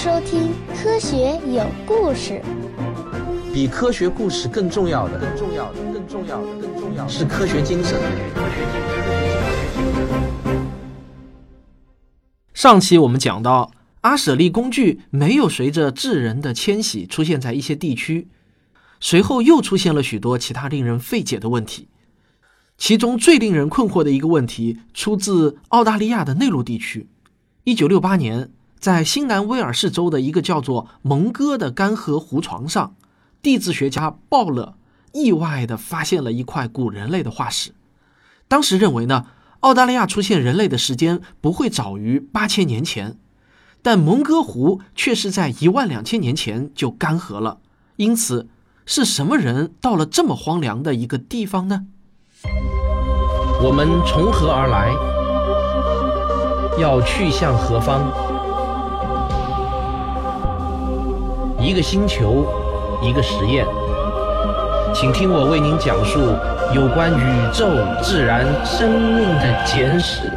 收听《科学有故事》。 比科学故事更重要的是科学精神。 上期我们讲到，阿舍利工具没有随着智人的迁徙出现在一些地区，随后又出现了许多其他令人费解的问题。其中最令人困惑的一个问题出自澳大利亚的内陆地区。1968年，在新南威尔士州的一个叫做蒙哥的干涸湖床上，地质学家鲍勒意外地发现了一块古人类的化石。当时认为呢，澳大利亚出现人类的时间不会早于8000年前，但蒙哥湖却是在12000年前就干涸了。因此，是什么人到了这么荒凉的一个地方呢？ 我们从何而来？要去向何方？一个星球，一个实验，请听我为您讲述有关宇宙、自然、生命的简史。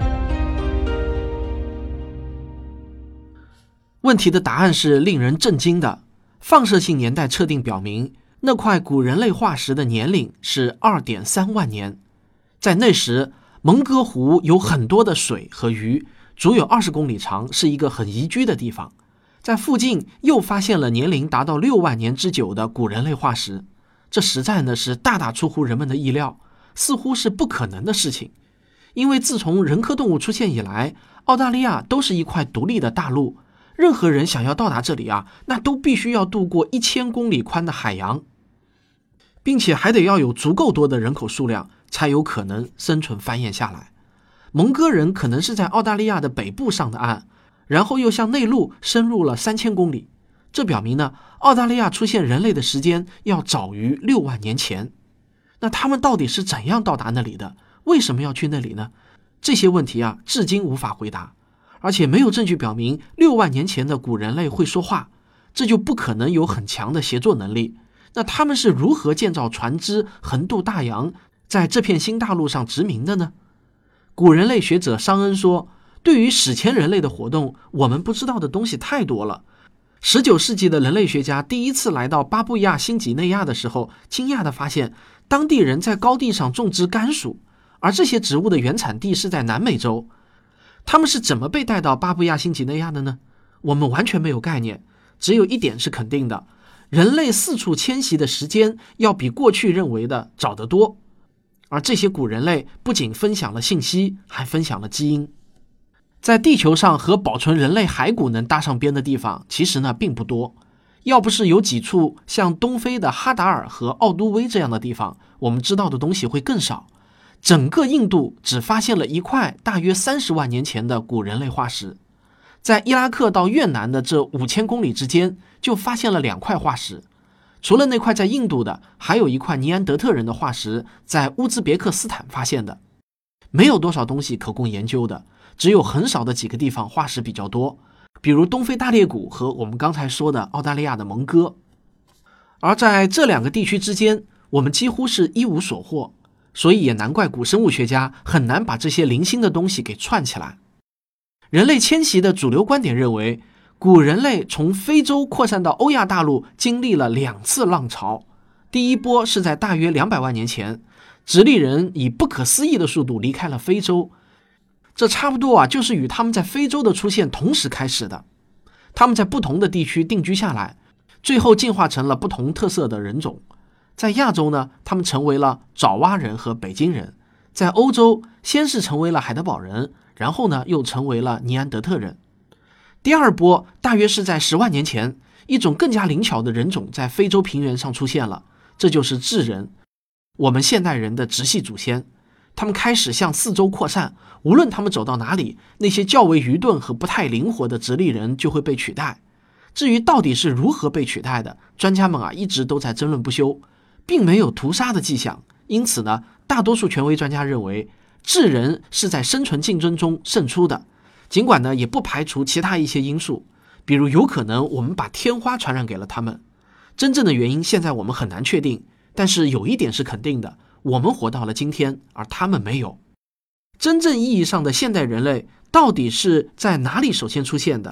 问题的答案是令人震惊的。放射性年代测定表明，那块古人类化石的年龄是 2.3 万年。在那时，蒙哥湖有很多的水和鱼，足有20公里长，是一个很宜居的地方。在附近又发现了年龄达到6万年之久的古人类化石，这实在呢是大大出乎人们的意料，似乎是不可能的事情。因为自从人科动物出现以来，澳大利亚都是一块独立的大陆，任何人想要到达这里那都必须要渡过1000公里宽的海洋，并且还得要有足够多的人口数量，才有可能生存繁衍下来。蒙哥人可能是在澳大利亚的北部上的岸，然后又向内陆深入了3000公里，这表明呢，澳大利亚出现人类的时间要早于6万年前。那他们到底是怎样到达那里的？为什么要去那里呢？这些问题至今无法回答，而且没有证据表明6万年前的古人类会说话，这就不可能有很强的协作能力。那他们是如何建造船只横渡大洋，在这片新大陆上殖民的呢？古人类学者桑恩说，对于史前人类的活动，我们不知道的东西太多了。19世纪的人类学家第一次来到巴布亚新几内亚的时候，惊讶地发现当地人在高地上种植甘薯，而这些植物的原产地是在南美洲。他们是怎么被带到巴布亚新几内亚的呢？我们完全没有概念，只有一点是肯定的，人类四处迁徙的时间要比过去认为的早得多。而这些古人类不仅分享了信息，还分享了基因。在地球上和保存人类骸骨能搭上边的地方，其实呢并不多。要不是有几处像东非的哈达尔和奥都威这样的地方，我们知道的东西会更少。整个印度只发现了一块大约30万年前的古人类化石。在伊拉克到越南的这5000公里之间，就发现了2块化石。除了那块在印度的，还有一块尼安德特人的化石在乌兹别克斯坦发现的。没有多少东西可供研究的，只有很少的几个地方化石比较多，比如东非大裂谷和我们刚才说的澳大利亚的蒙哥。而在这2个地区之间，我们几乎是一无所获，所以也难怪古生物学家很难把这些零星的东西给串起来。人类迁徙的主流观点认为，古人类从非洲扩散到欧亚大陆经历了2次浪潮。第一波是在大约200万年前，直立人以不可思议的速度离开了非洲，这差不多就是与他们在非洲的出现同时开始的。他们在不同的地区定居下来，最后进化成了不同特色的人种。在亚洲呢，他们成为了爪哇人和北京人；在欧洲，先是成为了海德堡人，然后呢又成为了尼安德特人。第二波大约是在10万年前，一种更加灵巧的人种在非洲平原上出现了，这就是智人，我们现代人的直系祖先。他们开始向四周扩散，无论他们走到哪里，那些较为愚钝和不太灵活的直立人就会被取代。至于到底是如何被取代的，专家们一直都在争论不休，并没有屠杀的迹象。因此呢，大多数权威专家认为智人是在生存竞争中胜出的，尽管呢也不排除其他一些因素，比如有可能我们把天花传染给了他们。真正的原因现在我们很难确定，但是有一点是肯定的，我们活到了今天，而他们没有。真正意义上的现代人类到底是在哪里首先出现的？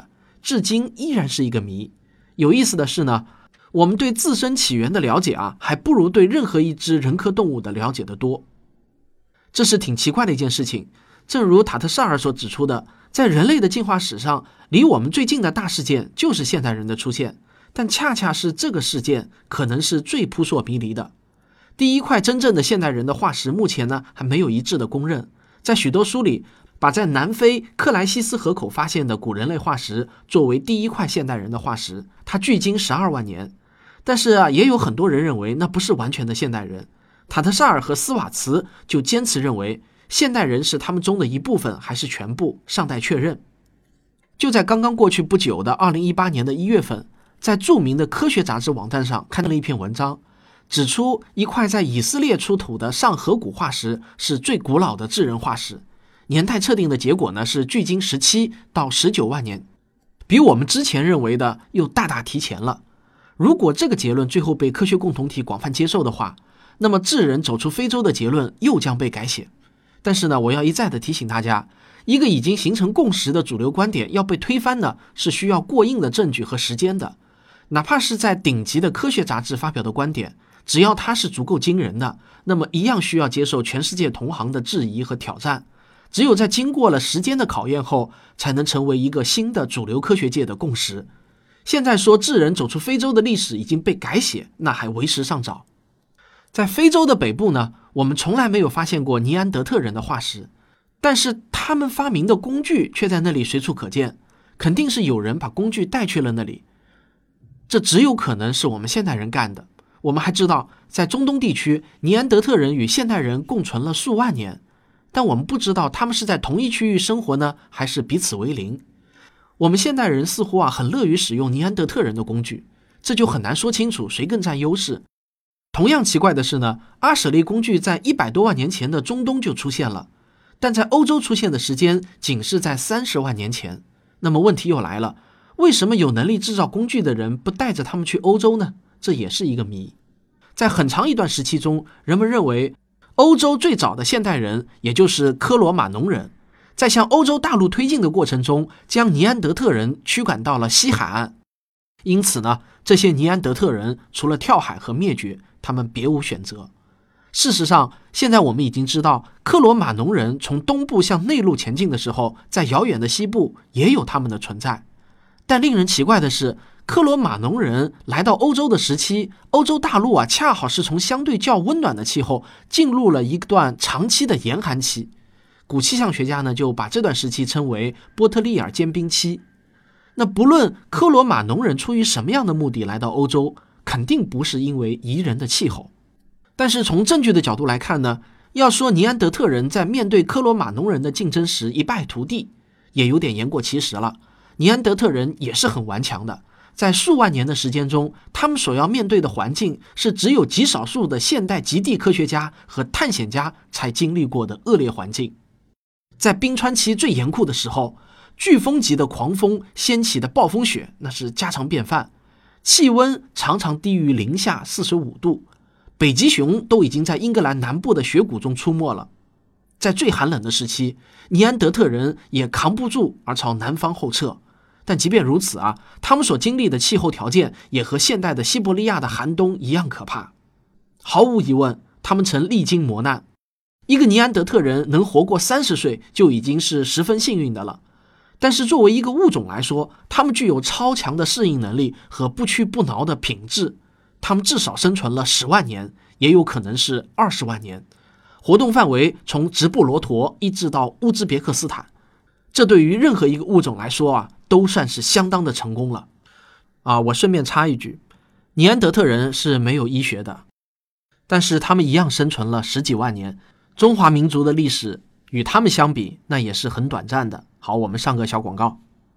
至今依然是一个谜。有意思的是呢，我们对自身起源的了解还不如对任何一只人科动物的了解得多。这是挺奇怪的一件事情。正如塔特萨尔所指出的，在人类的进化史上，离我们最近的大事件就是现代人的出现，但恰恰是这个事件可能是最扑朔迷离的。第一块真正的现代人的化石目前呢还没有一致的公认，在许多书里把在南非克莱西斯河口发现的古人类化石作为第一块现代人的化石，它距今12万年。但是也有很多人认为那不是完全的现代人。塔特萨尔和斯瓦茨就坚持认为现代人是他们中的一部分还是全部，尚待确认。就在刚刚过去不久的2018年的1月份，在著名的科学杂志网站上看到了一篇文章，指出一块在以色列出土的上颌骨化石是最古老的智人化石，年代测定的结果呢是距今17到19万年，比我们之前认为的又大大提前了。如果这个结论最后被科学共同体广泛接受的话，那么智人走出非洲的结论又将被改写。但是呢，我要一再的提醒大家，一个已经形成共识的主流观点要被推翻呢，是需要过硬的证据和时间的。哪怕是在顶级的科学杂志发表的观点，只要它是足够惊人的，那么一样需要接受全世界同行的质疑和挑战。只有在经过了时间的考验后，才能成为一个新的主流科学界的共识。现在说智人走出非洲的历史已经被改写，那还为时尚早。在非洲的北部呢，我们从来没有发现过尼安德特人的化石，但是他们发明的工具却在那里随处可见，肯定是有人把工具带去了那里。这只有可能是我们现代人干的。我们还知道，在中东地区，尼安德特人与现代人共存了数万年，但我们不知道他们是在同一区域生活呢，还是彼此为邻。我们现代人似乎很乐于使用尼安德特人的工具，这就很难说清楚谁更占优势。同样奇怪的是呢，阿舍利工具在100多万年前的中东就出现了，但在欧洲出现的时间仅是在30万年前。那么问题又来了，为什么有能力制造工具的人不带着他们去欧洲呢？这也是一个谜。在很长一段时期中，人们认为欧洲最早的现代人，也就是科罗马农人，在向欧洲大陆推进的过程中，将尼安德特人驱赶到了西海岸。因此呢，这些尼安德特人除了跳海和灭绝，他们别无选择。事实上，现在我们已经知道，科罗马农人从东部向内陆前进的时候，在遥远的西部也有他们的存在。但令人奇怪的是，科罗马农人来到欧洲的时期，欧洲大陆恰好是从相对较温暖的气候进入了一段长期的严寒期。古气象学家呢就把这段时期称为波特利尔坚冰期。那不论科罗马农人出于什么样的目的来到欧洲，肯定不是因为宜人的气候。但是从证据的角度来看呢，要说尼安德特人在面对科罗马农人的竞争时一败涂地，也有点言过其实了。尼安德特人也是很顽强的，在数万年的时间中，他们所要面对的环境是只有极少数的现代极地科学家和探险家才经历过的恶劣环境。在冰川期最严酷的时候，飓风级的狂风掀起的暴风雪那是家常便饭，气温常常低于零下45度，北极熊都已经在英格兰南部的雪谷中出没了。在最寒冷的时期，尼安德特人也扛不住而朝南方后撤。但即便如此他们所经历的气候条件也和现代的西伯利亚的寒冬一样可怕。毫无疑问，他们曾历经磨难。一个尼安德特人能活过30岁就已经是十分幸运的了。但是作为一个物种来说，他们具有超强的适应能力和不屈不挠的品质。他们至少生存了10万年，也有可能是20万年。活动范围从直布罗陀一直到乌兹别克斯坦，这对于任何一个物种来说都算是相当的成功了。我顺便插一句，尼安德特人是没有医学的，但是他们一样生存了10几万年。中华民族的历史与他们相比，那也是很短暂的。好，我们上个小广告。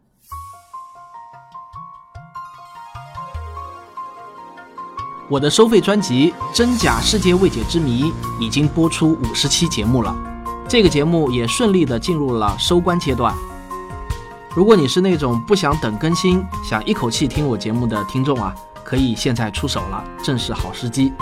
我的收费专辑《真假世界未解之谜》已经播出50期节目了，这个节目也顺利的进入了收官阶段。如果你是那种不想等更新，想一口气听我节目的听众可以现在出手了，正是好时机。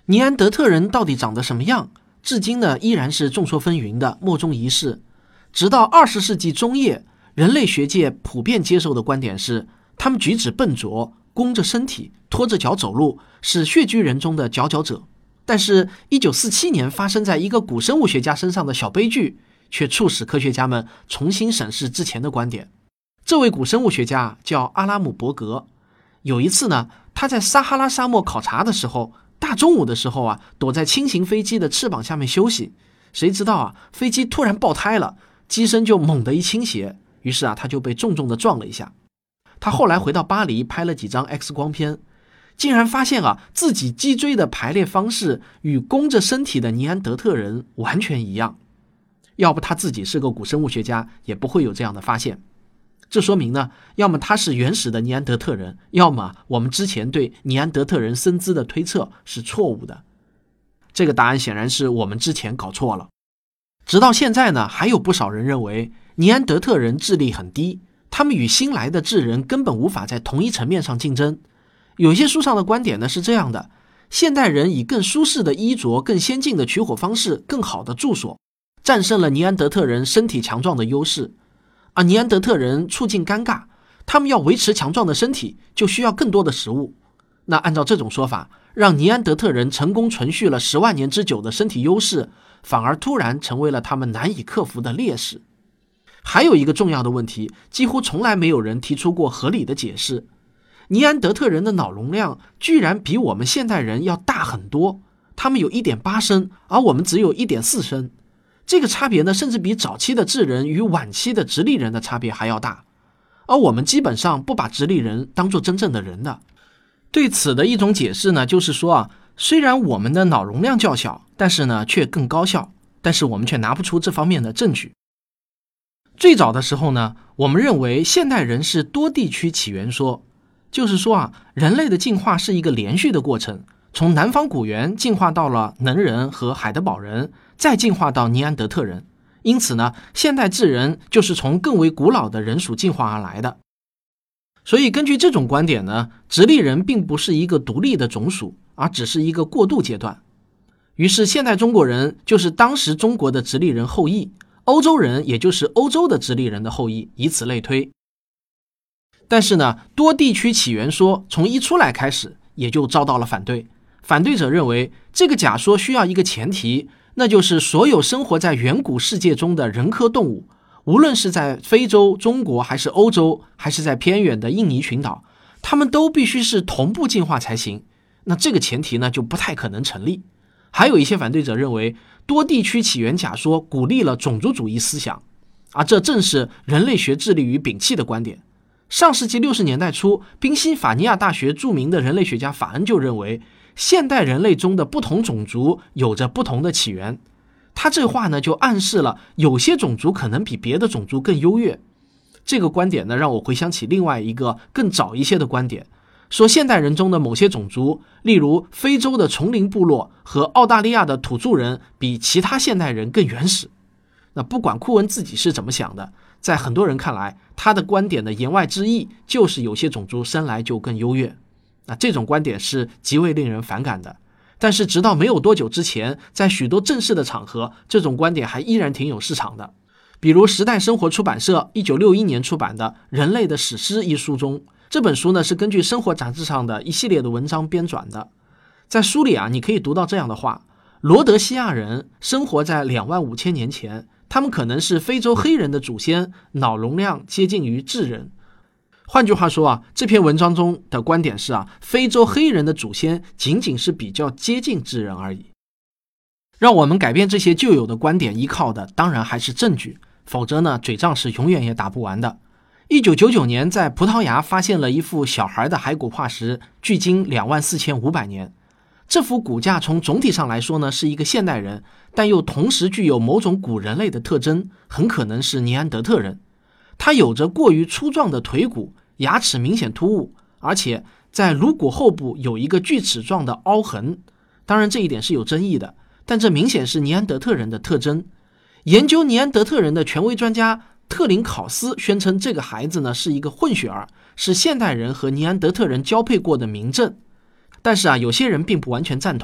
尼安德特人到底长得什么样，至今呢依然是众说纷纭的，莫衷一是。直到20世纪中叶，人类学界普遍接受的观点是，他们举止笨拙，弓着身体，拖着脚走路，是穴居人中的佼佼者。但是1947年发生在一个古生物学家身上的小悲剧，却促使科学家们重新审视之前的观点。这位古生物学家叫阿拉姆伯格。有一次呢，他在撒哈拉沙漠考察的时候，大中午的时候躲在轻型飞机的翅膀下面休息。谁知道飞机突然爆胎了，机身就猛地一倾斜，于是他就被重重地撞了一下。他后来回到巴黎拍了几张 X 光片，竟然发现自己脊椎的排列方式与弓着身体的尼安德特人完全一样。要不他自己是个古生物学家，也不会有这样的发现。这说明呢，要么他是原始的尼安德特人，要么我们之前对尼安德特人身姿的推测是错误的。这个答案显然是我们之前搞错了。直到现在呢，还有不少人认为尼安德特人智力很低，他们与新来的智人根本无法在同一层面上竞争。有些书上的观点呢是这样的：现代人以更舒适的衣着、更先进的取火方式、更好的住所，战胜了尼安德特人身体强壮的优势。而尼安德特人处境尴尬，他们要维持强壮的身体，就需要更多的食物。那按照这种说法，让尼安德特人成功存续了10万年之久的身体优势，反而突然成为了他们难以克服的劣势。还有一个重要的问题，几乎从来没有人提出过合理的解释：尼安德特人的脑容量居然比我们现代人要大很多，他们有 1.8 升，而我们只有 1.4 升。这个差别呢，甚至比早期的智人与晚期的直立人的差别还要大。而我们基本上不把直立人当作真正的人的。对此的一种解释呢，就是说虽然我们的脑容量较小，但是呢却更高效，但是我们却拿不出这方面的证据。最早的时候呢，我们认为现代人是多地区起源说，就是说人类的进化是一个连续的过程，从南方古猿进化到了能人和海德堡人，再进化到尼安德特人。因此呢，现代智人就是从更为古老的人属进化而来的。所以根据这种观点呢，直立人并不是一个独立的种属，而只是一个过渡阶段。于是现代中国人就是当时中国的直立人后裔，欧洲人也就是欧洲的直立人的后裔，以此类推。但是呢，多地区起源说从一出来开始，也就遭到了反对。反对者认为，这个假说需要一个前提，那就是所有生活在远古世界中的人科动物，无论是在非洲、中国还是欧洲，还是在偏远的印尼群岛，它们都必须是同步进化才行。那这个前提呢，就不太可能成立。还有一些反对者认为，多地区起源假说鼓励了种族主义思想，而这正是人类学致力于摒弃的观点。上世纪60年代初，宾夕法尼亚大学著名的人类学家法恩就认为，现代人类中的不同种族有着不同的起源。他这话呢，就暗示了有些种族可能比别的种族更优越。这个观点呢，让我回想起另外一个更早一些的观点，说现代人中的某些种族，例如非洲的丛林部落和澳大利亚的土著人，比其他现代人更原始。那不管库恩自己是怎么想的，在很多人看来，他的观点的言外之意就是有些种族生来就更优越。那这种观点是极为令人反感的。但是直到没有多久之前，在许多正式的场合，这种观点还依然挺有市场的。比如时代生活出版社1961年出版的《人类的史诗》一书中，这本书呢是根据生活杂志上的一系列的文章编纂的。在书里你可以读到这样的话：罗德西亚人生活在25000年前，他们可能是非洲黑人的祖先，脑容量接近于智人。换句话说这篇文章中的观点是非洲黑人的祖先仅仅是比较接近智人而已。让我们改变这些旧有的观点依靠的当然还是证据，否则呢，嘴仗是永远也打不完的。1999年在葡萄牙发现了一副小孩的骸骨化石，距今24500年。这幅骨架从总体上来说呢，是一个现代人，但又同时具有某种古人类的特征，很可能是尼安德特人。它有着过于粗壮的腿骨，牙齿明显突兀，而且在颅骨后部有一个锯齿状的凹痕。当然这一点是有争议的，但这明显是尼安德特人的特征。研究尼安德特人的权威专家特林考斯宣称，这个孩子呢是一个混血儿，是现代人和尼安德特人交配过的明证。但是有些人并不完全赞同，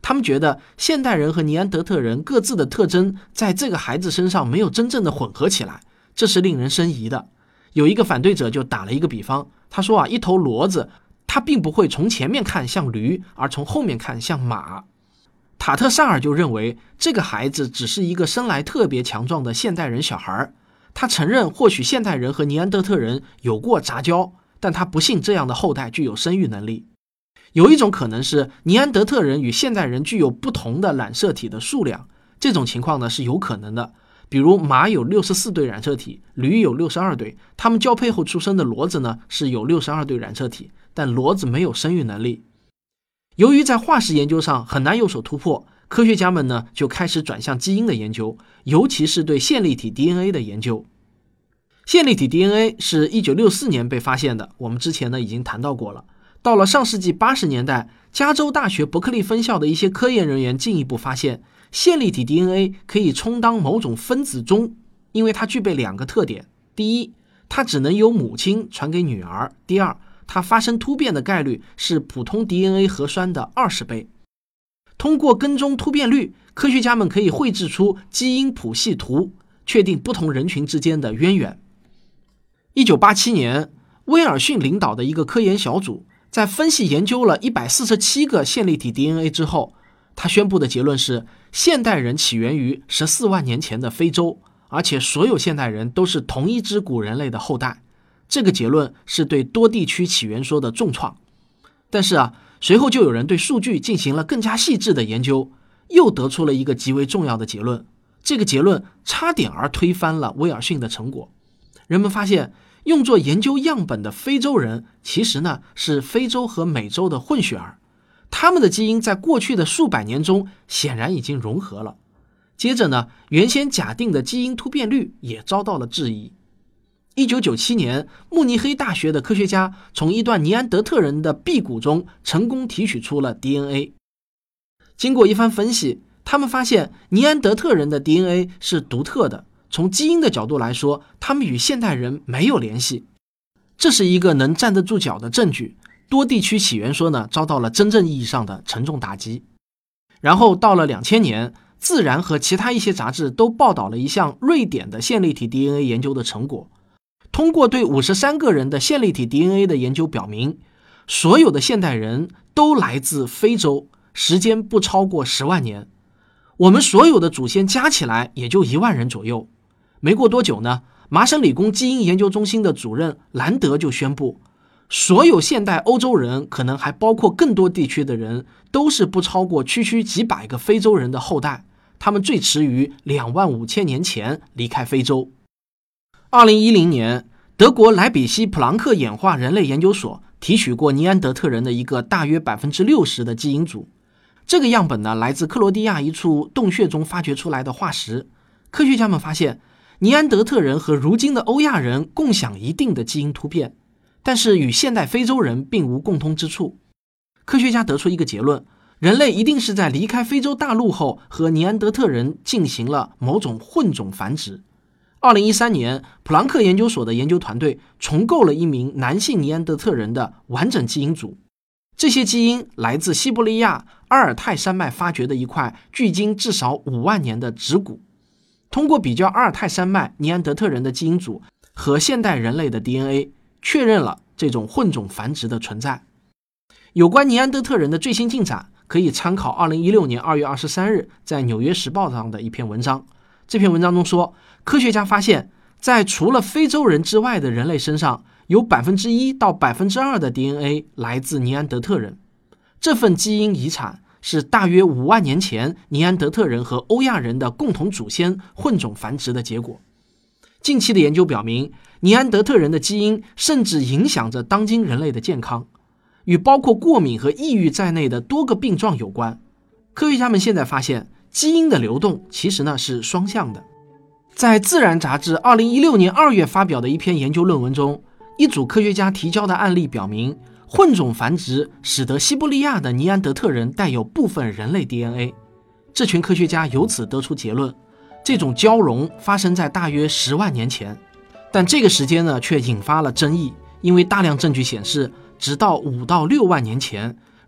他们觉得现代人和尼安德特人各自的特征在这个孩子身上没有真正的混合起来，这是令人生疑的。有一个反对者就打了一个比方，他说一头骡子它并不会从前面看像驴，而从后面看像马。塔特萨尔就认为这个孩子只是一个生来特别强壮的现代人小孩，他承认或许现代人和尼安德特人有过杂交，但他不信这样的后代具有生育能力。有一种可能是尼安德特人与现代人具有不同的染色体的数量，这种情况呢是有可能的。比如马有64对染色体，驴有62对，它们交配后出生的骡子呢是有62对染色体，但骡子没有生育能力。由于在化石研究上很难有所突破，科学家们呢就开始转向基因的研究，尤其是对线粒体 DNA 的研究。线粒体 DNA 是1964年被发现的，我们之前呢已经谈到过了。到了上世纪80年代，加州大学伯克利分校的一些科研人员进一步发现，线粒体 DNA 可以充当某种分子钟，因为它具备2个特点：第一，它只能由母亲传给女儿；第二，它发生突变的概率是普通 DNA 核酸的20倍。通过跟踪突变率，科学家们可以绘制出基因谱系图，确定不同人群之间的渊源。1987年，威尔逊领导的一个科研小组在分析研究了147个线粒体 DNA 之后，他宣布的结论是，现代人起源于14万年前的非洲，而且所有现代人都是同一只古人类的后代。这个结论是对多地区起源说的重创。但是随后就有人对数据进行了更加细致的研究，又得出了一个极为重要的结论。这个结论差点儿推翻了威尔逊的成果。人们发现，用作研究样本的非洲人其实呢是非洲和美洲的混血儿，他们的基因在过去的数百年中显然已经融合了。接着呢，原先假定的基因突变率也遭到了质疑。1997年，慕尼黑大学的科学家从一段尼安德特人的臂骨中成功提取出了 DNA。 经过一番分析，他们发现尼安德特人的 DNA 是独特的，从基因的角度来说，他们与现代人没有联系。这是一个能站得住脚的证据，多地区起源说呢遭到了真正意义上的沉重打击。然后到了2000年，《自然》和其他一些杂志都报道了一项瑞典的线粒体 DNA 研究的成果。通过对53个人的线粒体 DNA 的研究表明，所有的现代人都来自非洲，时间不超过10万年。我们所有的祖先加起来也就1万人左右。没过多久呢，麻省理工基因研究中心的主任兰德就宣布，所有现代欧洲人，可能还包括更多地区的人，都是不超过区区几百个非洲人的后代，他们最迟于25000年前离开非洲。2010年，德国莱比锡普朗克演化人类研究所提取过尼安德特人的一个大约 60% 的基因组。这个样本呢，来自克罗地亚一处洞穴中发掘出来的化石。科学家们发现，尼安德特人和如今的欧亚人共享一定的基因突变，但是与现代非洲人并无共通之处。科学家得出一个结论，人类一定是在离开非洲大陆后和尼安德特人进行了某种混种繁殖。2013年，普朗克研究所的研究团队重构了一名男性尼安德特人的完整基因组，这些基因来自西伯利亚阿尔泰山脉发掘的一块距今至少5万年的指骨。通过比较阿尔泰山脉尼安德特人的基因组和现代人类的 DNA， 确认了这种混种繁殖的存在。有关尼安德特人的最新进展，可以参考2016年2月23日在《纽约时报》上的一篇文章。这篇文章中说，科学家发现，在除了非洲人之外的人类身上，有 1% 到 2% 的 DNA 来自尼安德特人。这份基因遗产是大约5万年前尼安德特人和欧亚人的共同祖先混种繁殖的结果。近期的研究表明，尼安德特人的基因甚至影响着当今人类的健康，与包括过敏和抑郁在内的多个病状有关。科学家们现在发现，基因的流动其实呢是双向的。在《自然》杂志2016年2月发表的一篇研究论文中，一组科学家提交的案例表明，混种繁殖使得西伯利亚的尼安德特人带有部分人类 DNA。 这群科学家由此得出结论，这种交融发生在大约10万年前。但这个时间呢却引发了争议，因为大量证据显示，直到5到6万年前，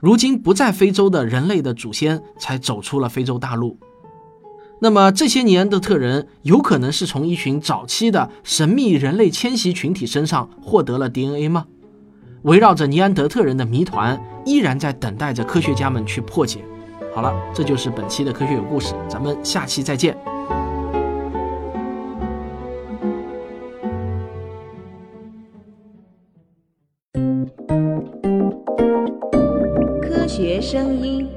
如今不在非洲的人类的祖先才走出了非洲大陆。那么这些尼安德特人有可能是从一群早期的神秘人类迁徙群体身上获得了 DNA 吗？围绕着尼安德特人的谜团依然在等待着科学家们去破解。好了，这就是本期的科学有故事，咱们下期再见。 科学声音。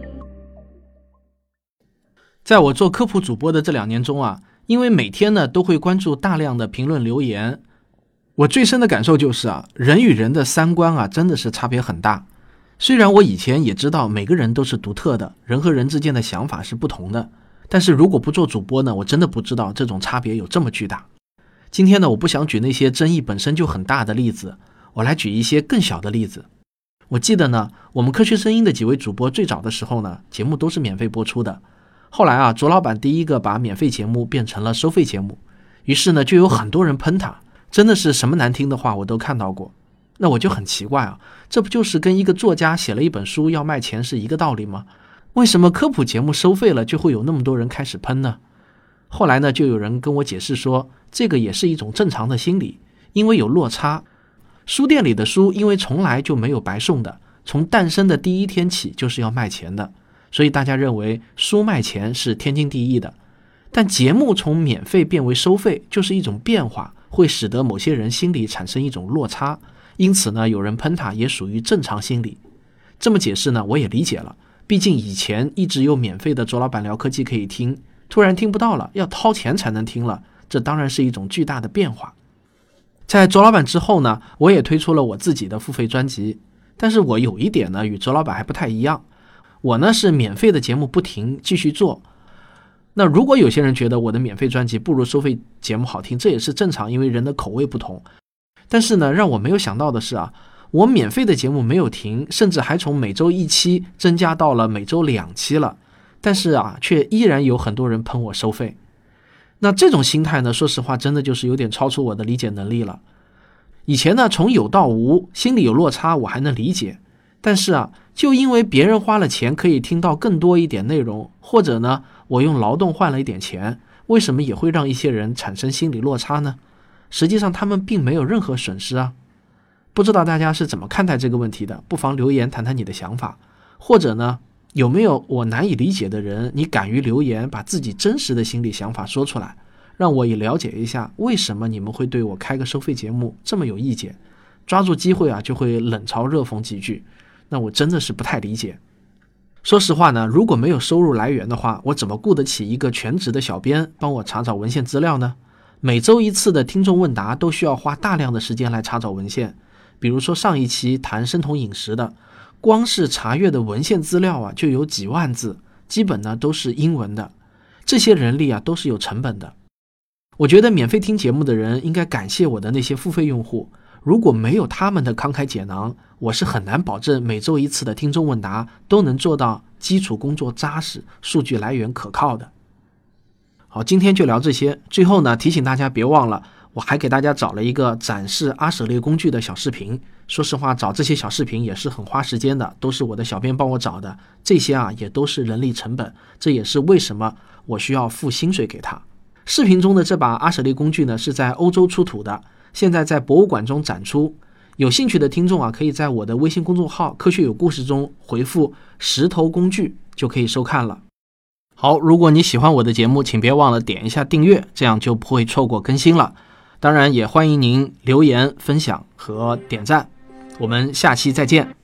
在我做科普主播的这2年中啊，因为每天呢都会关注大量的评论留言，我最深的感受就是人与人的三观真的是差别很大。虽然我以前也知道每个人都是独特的，人和人之间的想法是不同的，但是如果不做主播呢，我真的不知道这种差别有这么巨大。今天呢，我不想举那些争议本身就很大的例子，我来举一些更小的例子。我记得呢，我们科学声音的几位主播最早的时候呢，节目都是免费播出的。后来卓老板第一个把免费节目变成了收费节目，于是呢，就有很多人喷他，真的是什么难听的话我都看到过。那我就很奇怪这不就是跟一个作家写了一本书要卖钱是一个道理吗？为什么科普节目收费了就会有那么多人开始喷呢？后来呢，就有人跟我解释说，这个也是一种正常的心理，因为有落差。书店里的书因为从来就没有白送的，从诞生的第一天起就是要卖钱的，所以大家认为书卖钱是天经地义的。但节目从免费变为收费就是一种变化，会使得某些人心里产生一种落差，因此呢，有人喷他也属于正常心理。这么解释呢，我也理解了，毕竟以前一直有免费的卓老板聊科技可以听，突然听不到了，要掏钱才能听了，这当然是一种巨大的变化。在卓老板之后呢，我也推出了我自己的付费专辑，但是我有一点呢与卓老板还不太一样，我呢是免费的节目不停继续做。那如果有些人觉得我的免费专辑不如收费节目好听，这也是正常，因为人的口味不同。但是呢，让我没有想到的是我免费的节目没有停，甚至还从每周1期增加到了每周2期了，但是却依然有很多人喷我收费。那这种心态呢，说实话真的就是有点超出我的理解能力了。以前呢，从有到无，心里有落差我还能理解，但是就因为别人花了钱可以听到更多一点内容，或者呢，我用劳动换了一点钱，为什么也会让一些人产生心理落差呢？实际上他们并没有任何损失不知道大家是怎么看待这个问题的，不妨留言谈谈你的想法，或者呢，有没有我难以理解的人，你敢于留言把自己真实的心理想法说出来，让我也了解一下为什么你们会对我开个收费节目这么有意见，抓住机会就会冷嘲热讽几句，那我真的是不太理解。说实话呢，如果没有收入来源的话，我怎么雇得起一个全职的小编帮我查找文献资料呢？每周1次的听众问答都需要花大量的时间来查找文献，比如说上一期谈生酮饮食的，光是查阅的文献资料就有几万字，基本呢都是英文的，这些人力都是有成本的。我觉得免费听节目的人应该感谢我的那些付费用户，如果没有他们的慷慨解囊，我是很难保证每周1次的听众问答都能做到基础工作扎实，数据来源可靠的。好，今天就聊这些。最后呢，提醒大家别忘了，我还给大家找了一个展示阿舍列工具的小视频。说实话，找这些小视频也是很花时间的，都是我的小编帮我找的，这些也都是人力成本，这也是为什么我需要付薪水给他。视频中的这把阿舍列工具呢，是在欧洲出土的，现在在博物馆中展出。有兴趣的听众可以在我的微信公众号科学有故事中回复石头工具就可以收看了。好，如果你喜欢我的节目，请别忘了点一下订阅，这样就不会错过更新了。当然也欢迎您留言、分享和点赞。我们下期再见。